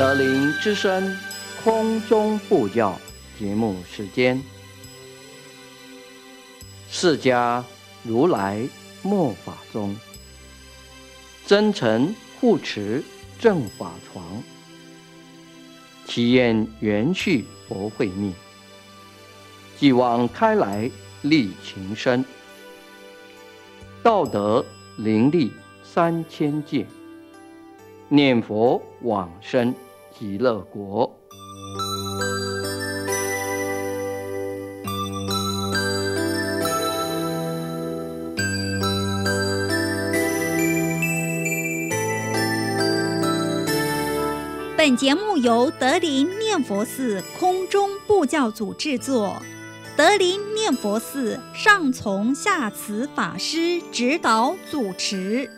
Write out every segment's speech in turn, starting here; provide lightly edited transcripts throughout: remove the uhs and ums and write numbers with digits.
德林之声空中布教节目时间，释迦如来末法中，真诚护持正法床，祈愿延续佛慧命，继往开来立情深，道德灵力3000界，念佛往生极乐国。 本节目由德林念佛寺空中布教组制作，德林念佛寺上从下慈法师指导主持。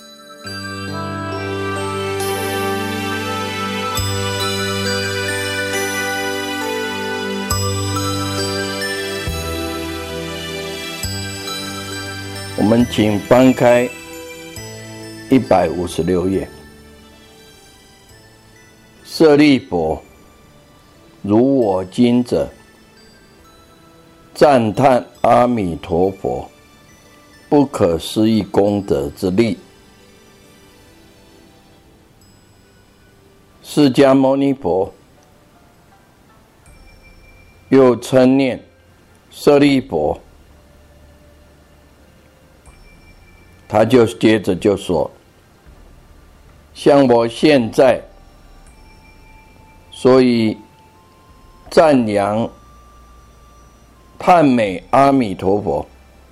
我们请翻开156页。舍利弗，如我今者，赞叹阿弥陀佛不可思议功德之力。释迦牟尼佛又称念舍利弗，他就接着就说，像我现在所以赞扬叹美阿弥陀佛，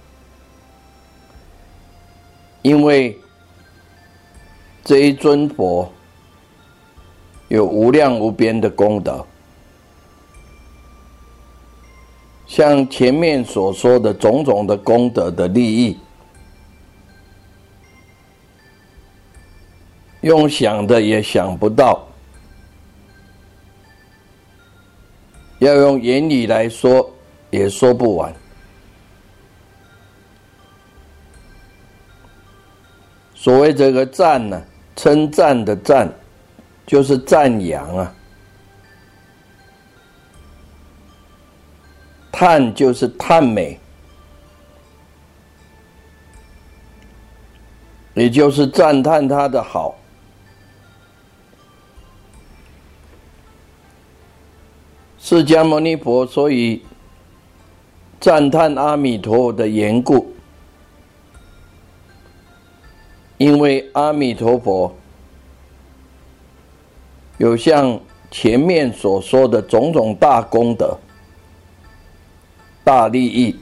因为这一尊佛有无量无边的功德，像前面所说的种种的功德的利益，用想的也想不到，要用言语来说也说不完。所谓这个赞呢，称赞的赞就是赞扬啊，叹就是叹美，也就是赞叹他的好。释迦牟尼佛所以赞叹阿弥陀佛的缘故，因为阿弥陀佛有像前面所说的种种大功德、大利益，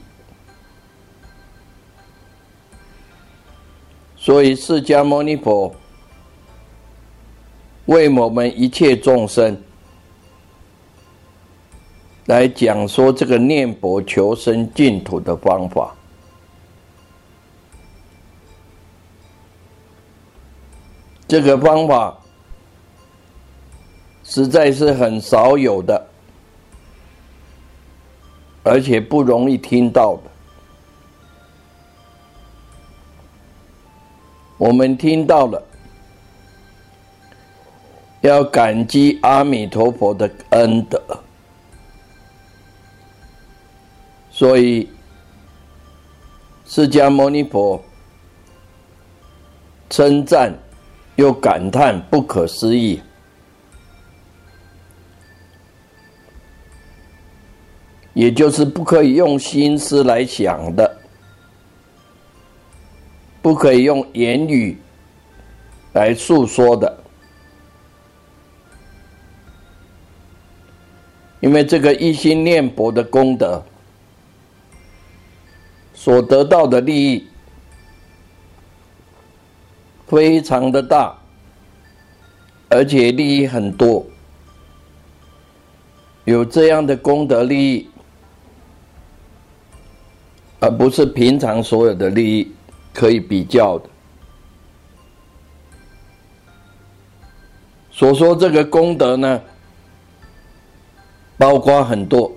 所以释迦牟尼佛为我们一切众生来讲说这个念佛求生净土的方法。这个方法实在是很少有的，而且不容易听到的。我们听到了，要感激阿弥陀佛的恩德。所以释迦牟尼佛称赞又感叹不可思议，也就是不可以用心思来想的，不可以用言语来诉说的。因为这个一心念佛的功德所得到的利益非常的大，而且利益很多。有这样的功德利益，而不是平常所有的利益可以比较的。所说这个功德呢，包括很多，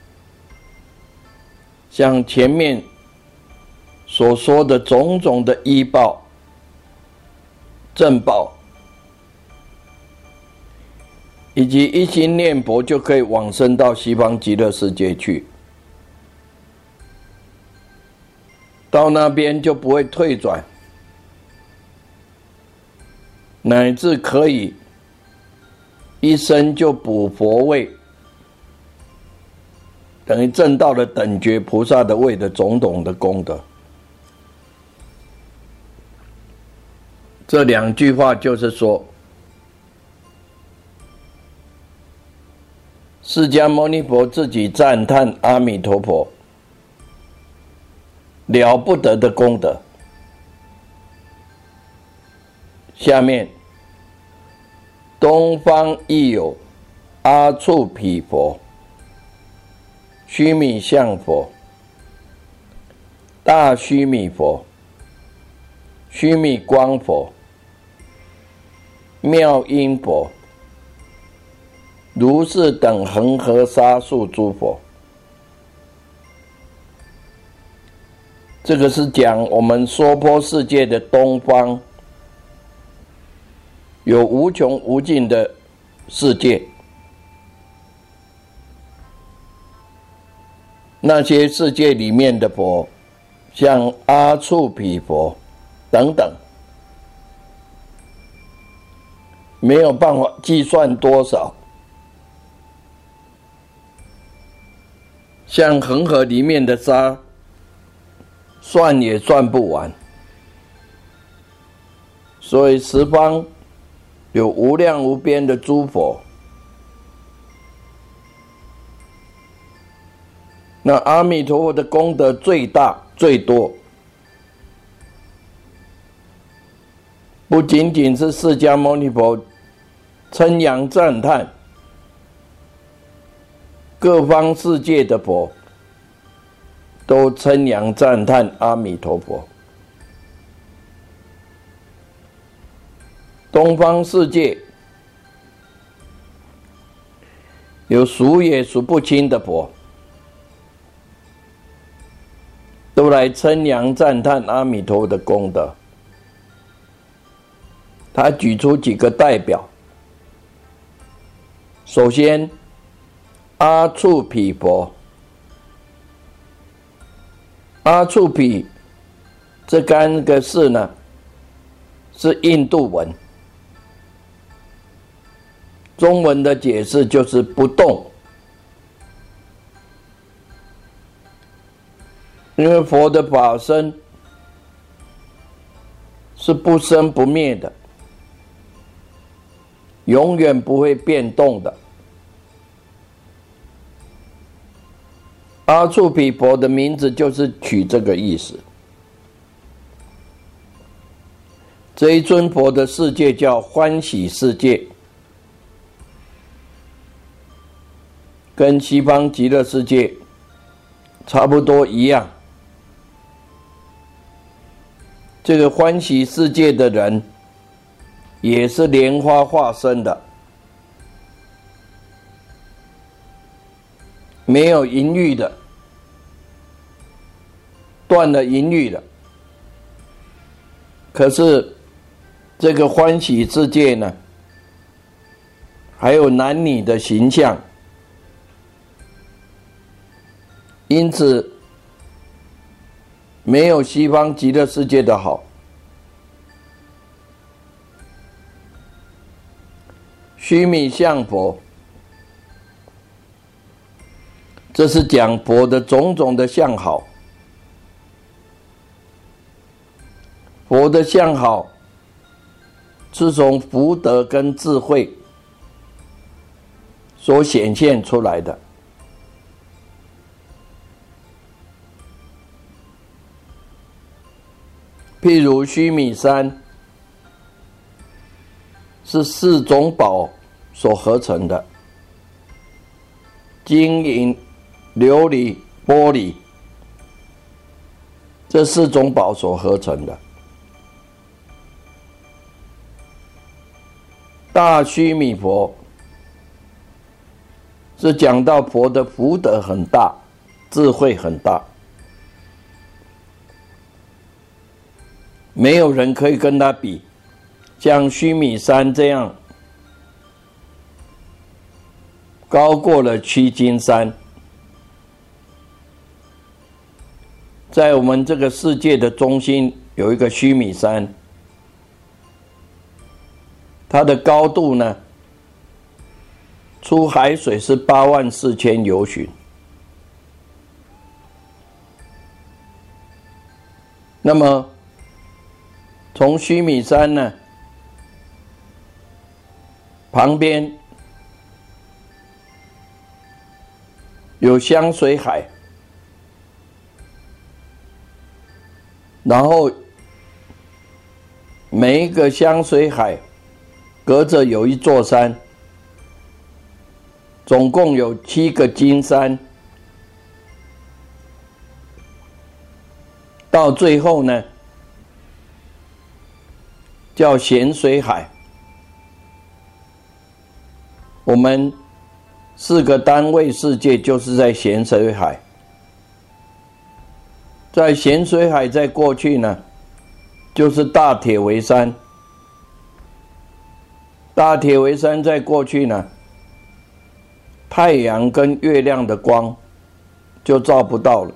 像前面所说的种种的依报、正报， 以及一心念佛就可以往生到西方极乐世界去，到那边就不会退转，乃至可以一生就补佛位，等于证到了等觉菩萨的位的种种的功德。这两句话就是说，释迦牟尼佛自己赞叹阿弥陀佛了不得的功德。下面，东方亦有阿处毗佛、须弥相佛、大须弥佛、须弥光佛、妙音佛、如是等恒河沙数诸佛。这个是讲我们娑婆世界的东方有无穷无尽的世界，那些世界里面的佛，像阿处毗佛等等，没有办法计算多少。像恒河里面的沙，算也算不完。所以十方有无量无边的诸佛。那阿弥陀佛的功德最大最多，不仅仅是释迦牟尼佛称扬赞叹，各方世界的佛都称扬赞叹阿弥陀佛。东方世界有数也数不清的佛，都来称扬赞叹阿弥陀佛的功德。他举出几个代表，首先阿处毗佛。阿处毗这三个字呢，是印度文，中文的解释就是不动。因为佛的法身是不生不灭的，永远不会变动的。阿处毗佛的名字就是取这个意思。这一尊佛的世界叫欢喜世界，跟西方极乐世界差不多一样。这个欢喜世界的人也是莲花化身的，没有淫欲的，断了淫欲的。可是这个欢喜世界呢，还有男女的形象，因此没有西方极乐世界的好。须弥相佛，这是讲佛的种种的相好。佛的相好是从福德跟智慧所显现出来的。譬如须弥山是四种宝所合成的，金银琉璃玻璃，这四种宝所合成的。大须弥佛是讲到佛的福德很大，智慧很大，没有人可以跟他比。像须弥山这样高过了七金山。在我们这个世界的中心有一个须弥山，它的高度呢，出海水是84000由旬。那么从须弥山呢旁边有香水海，然后每一个香水海隔着有一座山，总共有7个金山，到最后呢叫咸水海。我们4个单位世界就是在咸水海，在咸水海再过去呢就是大铁围山，大铁围山再过去呢，太阳跟月亮的光就照不到了。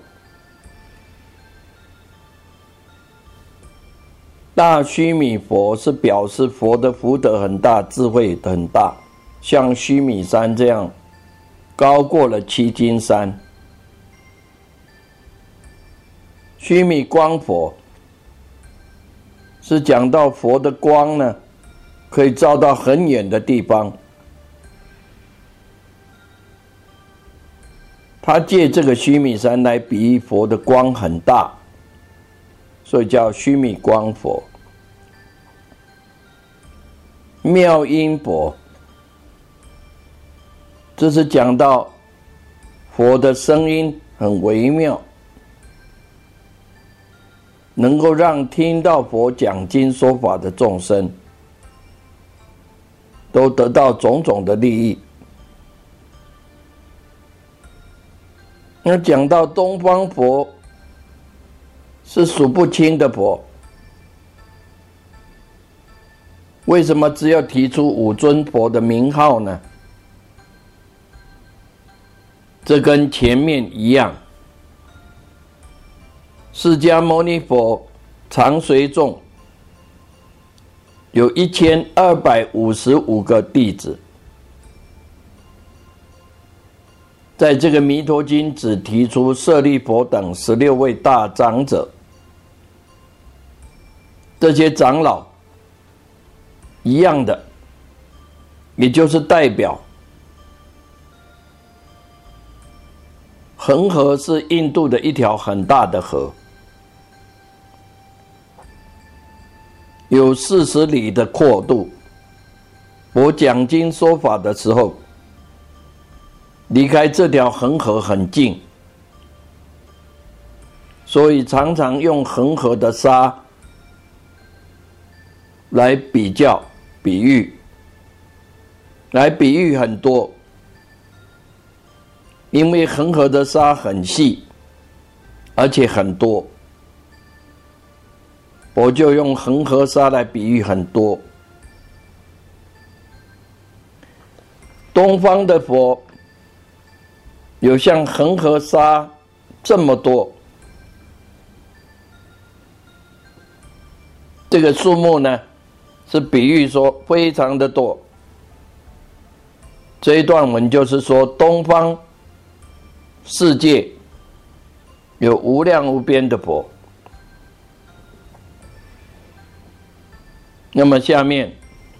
大须弥佛是表示佛的福德很大，智慧很大，像须弥山这样高过了7金山。须弥光佛是讲到佛的光呢可以照到很远的地方，他借这个须弥山来比喻佛的光很大，所以叫须弥光佛。妙音佛，这是讲到佛的声音很微妙，能够让听到佛讲经说法的众生都得到种种的利益。那讲到东方佛是数不清的佛，为什么只有提出5尊佛的名号呢？这跟前面一样，释迦牟尼佛常随众有1255个弟子，在这个弥陀经只提出舍利佛等16位大长者，这些长老一样的，也就是代表恒河是印度的一条很大的河，有40里的阔度。我讲经说法的时候，离开这条恒河很近，所以常常用恒河的沙来比较比喻，来比喻很多。因为恒河的沙很细，而且很多，我就用恒河沙来比喻很多。东方的佛有像恒河沙这么多，这个数目呢是比喻说非常的多。这一段文就是说东方世界有无量无边的佛。那么下面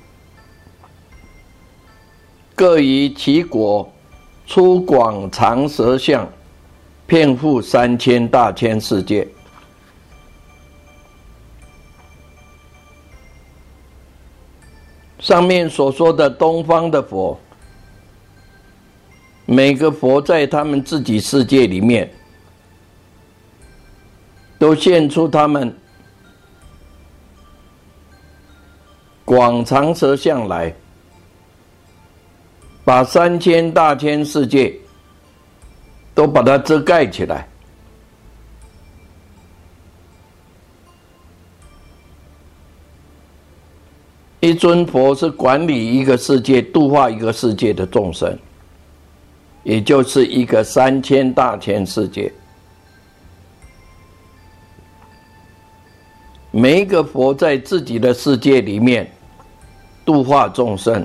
各于其国出广长舌相，遍覆3000大千世界。上面所说的东方的佛，每个佛在他们自己世界里面都现出他们广长舌相来，把3000大千世界都把它遮盖起来。一尊佛是管理一个世界、度化一个世界的众生。 也就是一个3000大千世界。每一个佛在自己的世界里面度化众生。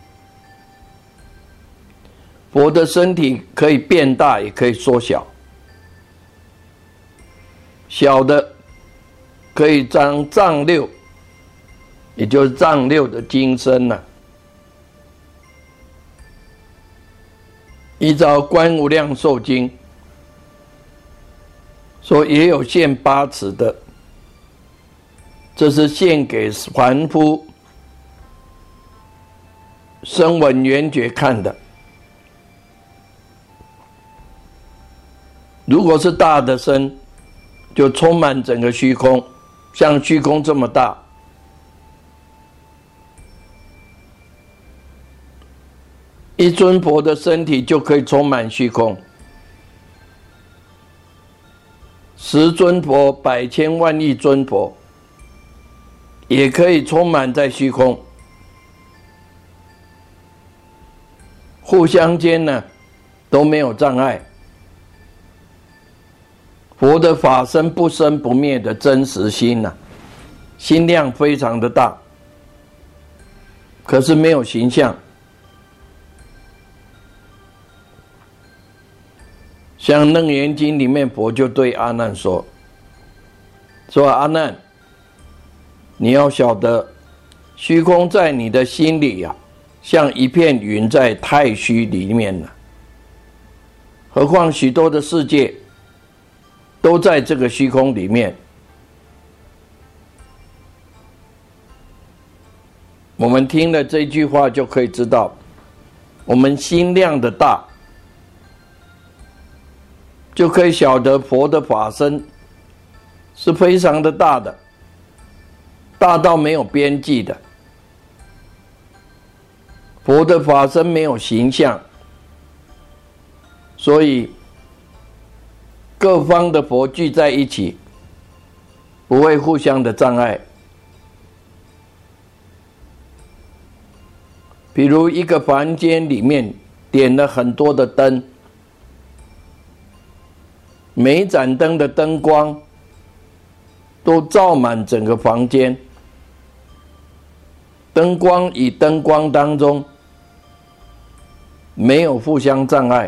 佛的身体可以变大，也可以缩小。小的可以丈六，也就是丈六的金身了。依照《观无量寿经》说，也有限8尺的，这是献给凡夫声闻缘觉看的。如果是大的身，就充满整个虚空，像虚空这么大。一尊佛的身体就可以充满虚空，10尊佛、100千万亿尊佛也可以充满在虚空，互相间呢都没有障碍。佛的法身不生不灭的真实心呢，心量非常的大，可是没有形象。像《楞严经》里面，佛就对阿难说阿难，你要晓得，虚空在你的心里啊，像一片云在太虚里面呢。何况许多的世界都在这个虚空里面。我们听了这句话就可以知道，我们心量的大，就可以晓得佛的法身是非常的大的，大到没有边际的。佛的法身没有形象，所以各方的佛聚在一起，不会互相的障碍。比如一个房间里面点了很多的灯，每一盏灯的灯光都照满整个房间，灯光与灯光当中没有互相障碍。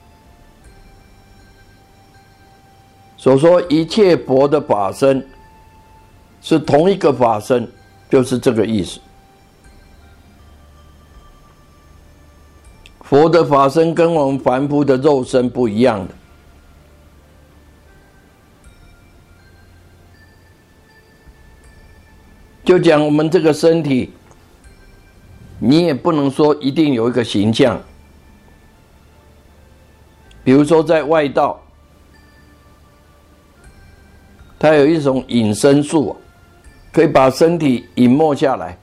所说一切佛的法身是同一个法身，就是这个意思。佛的法身跟我们凡夫的肉身不一样的。就讲我们这个身体，你也不能说一定有一个形象。比如说在外道，它有一种隐身术，可以把身体隐没下来，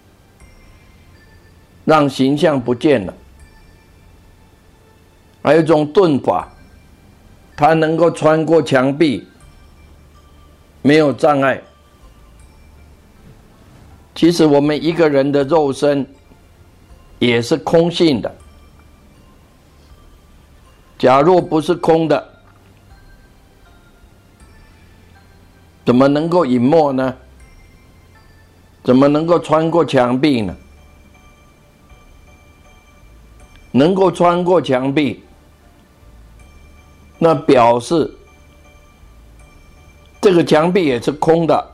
让形象不见了。还有一种遁法，它能够穿过墙壁，没有障碍。其实我们一个人的肉身也是空性的，假若不是空的，怎么能够隐没呢？怎么能够穿过墙壁呢？能够穿过墙壁，那表示这个墙壁也是空的。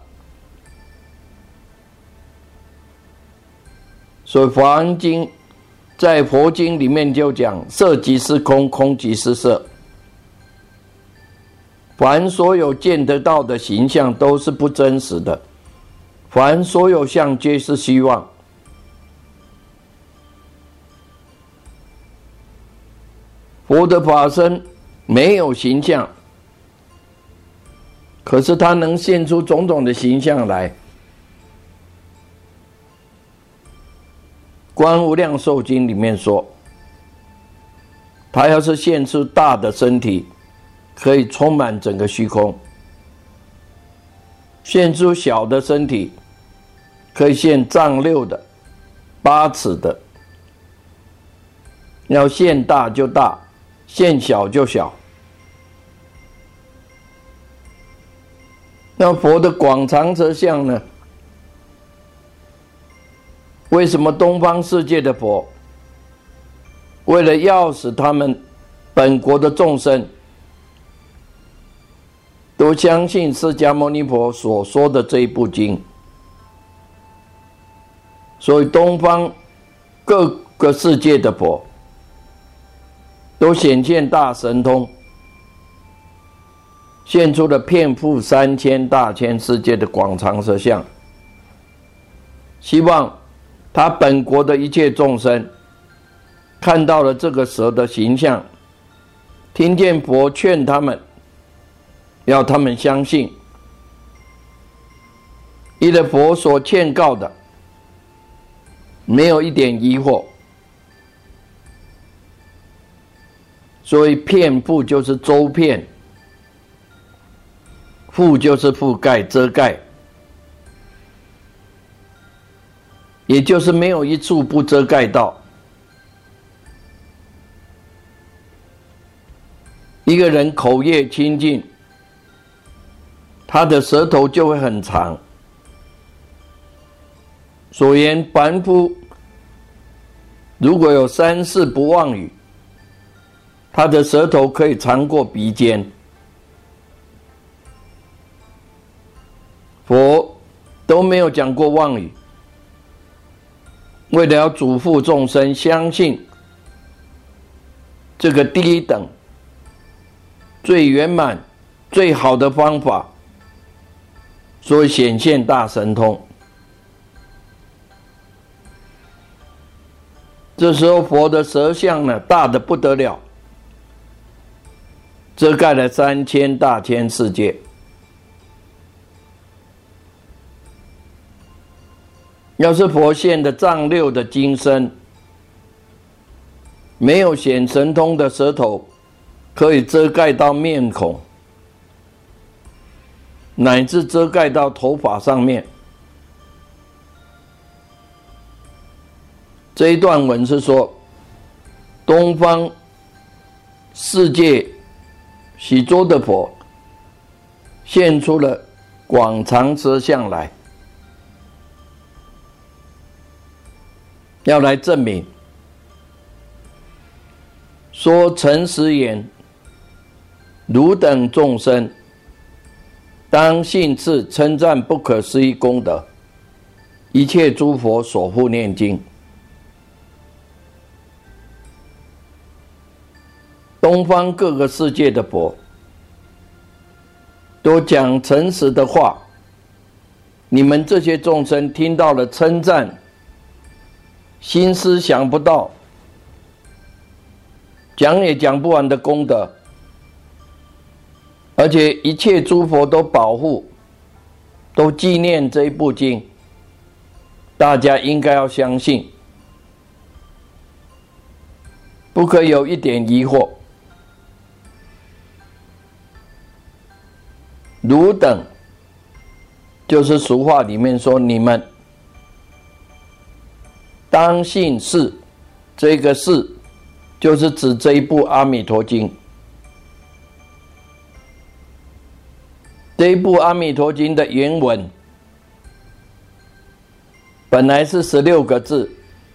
所以法华经在佛经里面就讲，色即是空，空即是色。凡所有见得到的形象都是不真实的，凡所有相皆是虚妄。佛的法身没有形象，可是它能现出种种的形象来。观无量寿经里面说，他要是现出大的身体，可以充满整个虚空；现出小的身体，可以现丈六的、8尺的。要现大就大， 现小就小。那佛的广长舌相呢？为什么东方世界的佛为了要使他们本国的众生都相信释迦牟尼佛所说的这一部经，所以东方各个世界的佛都显现大神通，现出了遍覆3000大千世界的广长舌相，希望他本国的一切众生看到了这个蛇的形象，听见佛劝他们，要他们相信，依了佛所劝告的，没有一点疑惑。所以遍覆就是周遍，覆就是覆盖遮盖，也就是没有一处不遮盖到。一个人口业清净，他的舌头就会很长。所言凡夫如果有3世不妄语，他的舌头可以长过鼻尖。佛都没有讲过妄语，为了要嘱咐众生相信这个第一等最圆满最好的方法，所以显现大神通。这时候佛的舌相呢，大得不得了，遮盖了3000大千世界。要是佛现的藏六的金身，没有显神通的舌头可以遮盖到面孔，乃至遮盖到头发上面。这一段文是说，东方世界许多的佛现出了广长舌相来，要来证明说诚实言，汝等众生当信次称赞不可思议功德，一切诸佛所护念经。东方各个世界的佛都讲诚实的话，你们这些众生听到了称赞，心思想不到，讲也讲不完的功德，而且一切诸佛都保护，都纪念这一部经，大家应该要相信，不可有一点疑惑。汝等就是俗话里面说你们当信是，这个是就是指这一部阿弥陀经。这一部阿弥陀经的原文本来是16个字，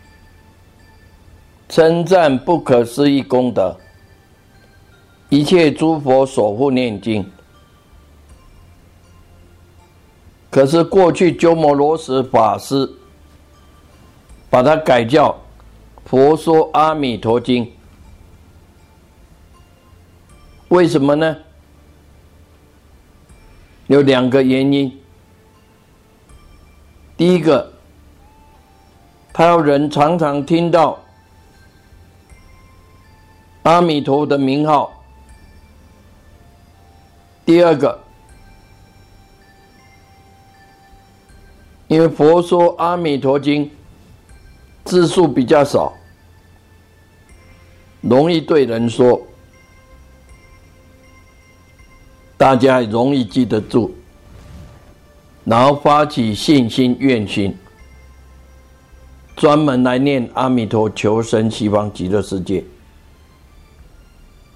称赞不可思议功德，一切诸佛所护念经。可是过去鸠摩罗什法师把它改叫佛说阿弥陀经。为什么呢？有2个原因。第一个，他要人常常听到阿弥陀的名号。第二个，因为佛说阿弥陀经字数比较少，容易对人说，大家容易记得住，然后发起信心愿心，专门来念阿弥陀求生西方极乐世界。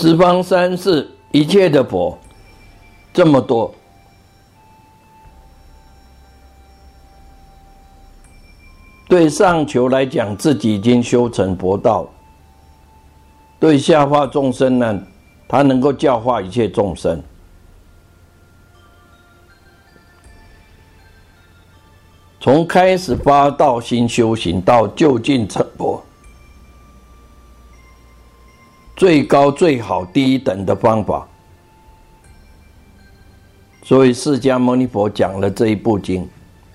十方三世一切的佛这么多，对上求来讲，自己已经修成佛道了；对下化众生呢，他能够教化一切众生。从开始发道心修行到究竟成佛，最高最好第一等的方法。所以释迦牟尼佛讲了这一部经，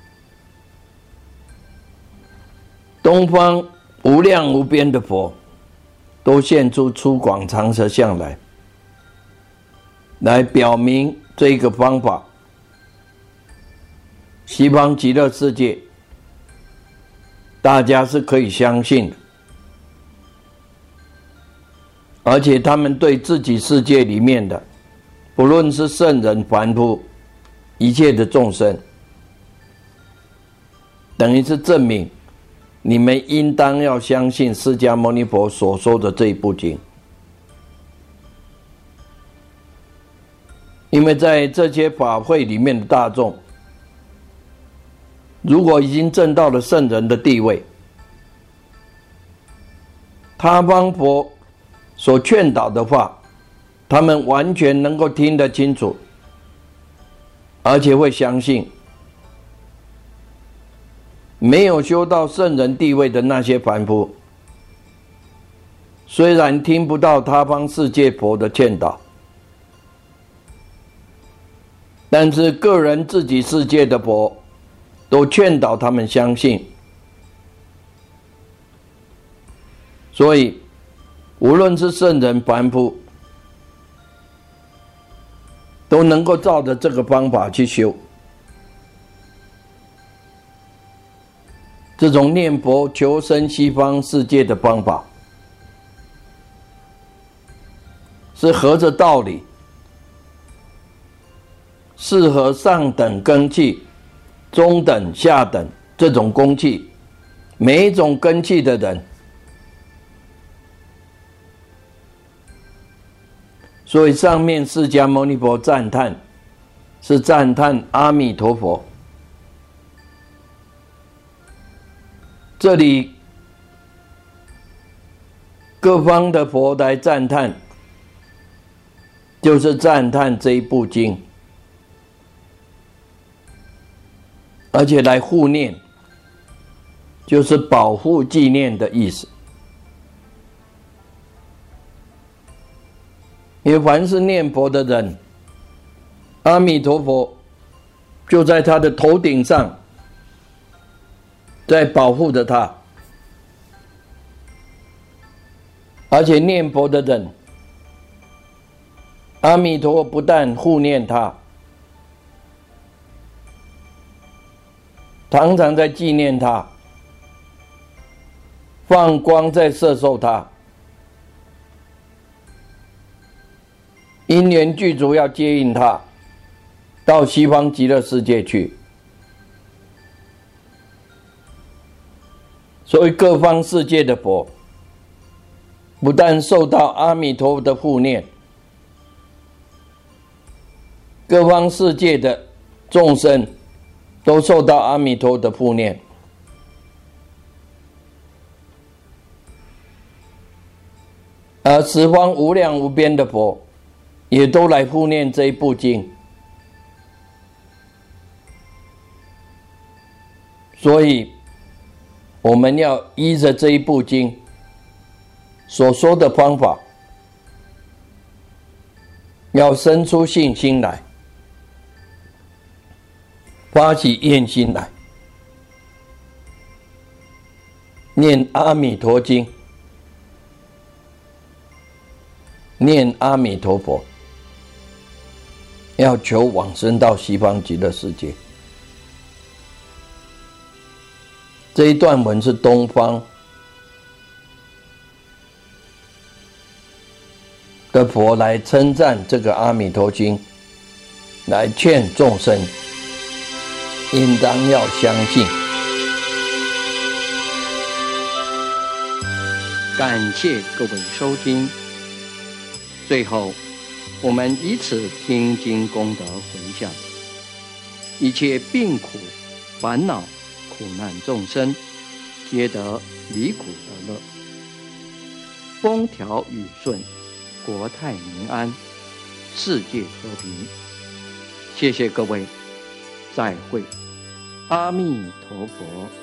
东方无量无边的佛都现出粗广长舌相来表明这个方法。西方极乐世界大家是可以相信的，而且他们对自己世界里面的不论是圣人凡夫一切的众生，等于是证明你们应当要相信释迦牟尼佛所说的这一部经。因为在这些法会里面的大众，如果已经证到了圣人的地位，他方佛所劝导的话，他们完全能够听得清楚，而且会相信。没有修到圣人地位的那些凡夫，虽然听不到他方世界佛的劝导，但是个人自己世界的佛都劝导他们相信。所以无论是圣人凡夫，都能够照着这个方法去修。这种念佛求生西方世界的方法，是合着道理，适合上等根器、中等、下等这种根器，每一种根器的人。所以上面释迦牟尼佛赞叹，是赞叹阿弥陀佛。这里各方的佛来赞叹，就是赞叹这一部经，而且来护念，就是保护纪念的意思。因为凡是念佛的人，阿弥陀佛就在他的头顶上，在保护着他。而且念佛的人，阿弥陀佛不但护念他，常常在纪念他，放光在摄受他，因缘具足要接引他到西方极乐世界去。所以各方世界的佛不但受到阿弥陀佛的护念，各方世界的众生都受到阿弥陀佛的护念。而十方无量无边的佛也都来护念这一部经。所以我们要依着这一部经所说的方法，要生出信心来，发起愿心来，念阿弥陀经，念阿弥陀佛，要求往生到西方极乐世界。这一段文是东方的佛来称赞这个阿弥陀经，来劝众生应当要相信。 感谢各位收听， 最后，我们以此听经功德回向，一切病苦、烦恼、苦难众生，皆得离苦得乐，风调雨顺，国泰民安，世界和平。谢谢各位，再会，阿弥陀佛。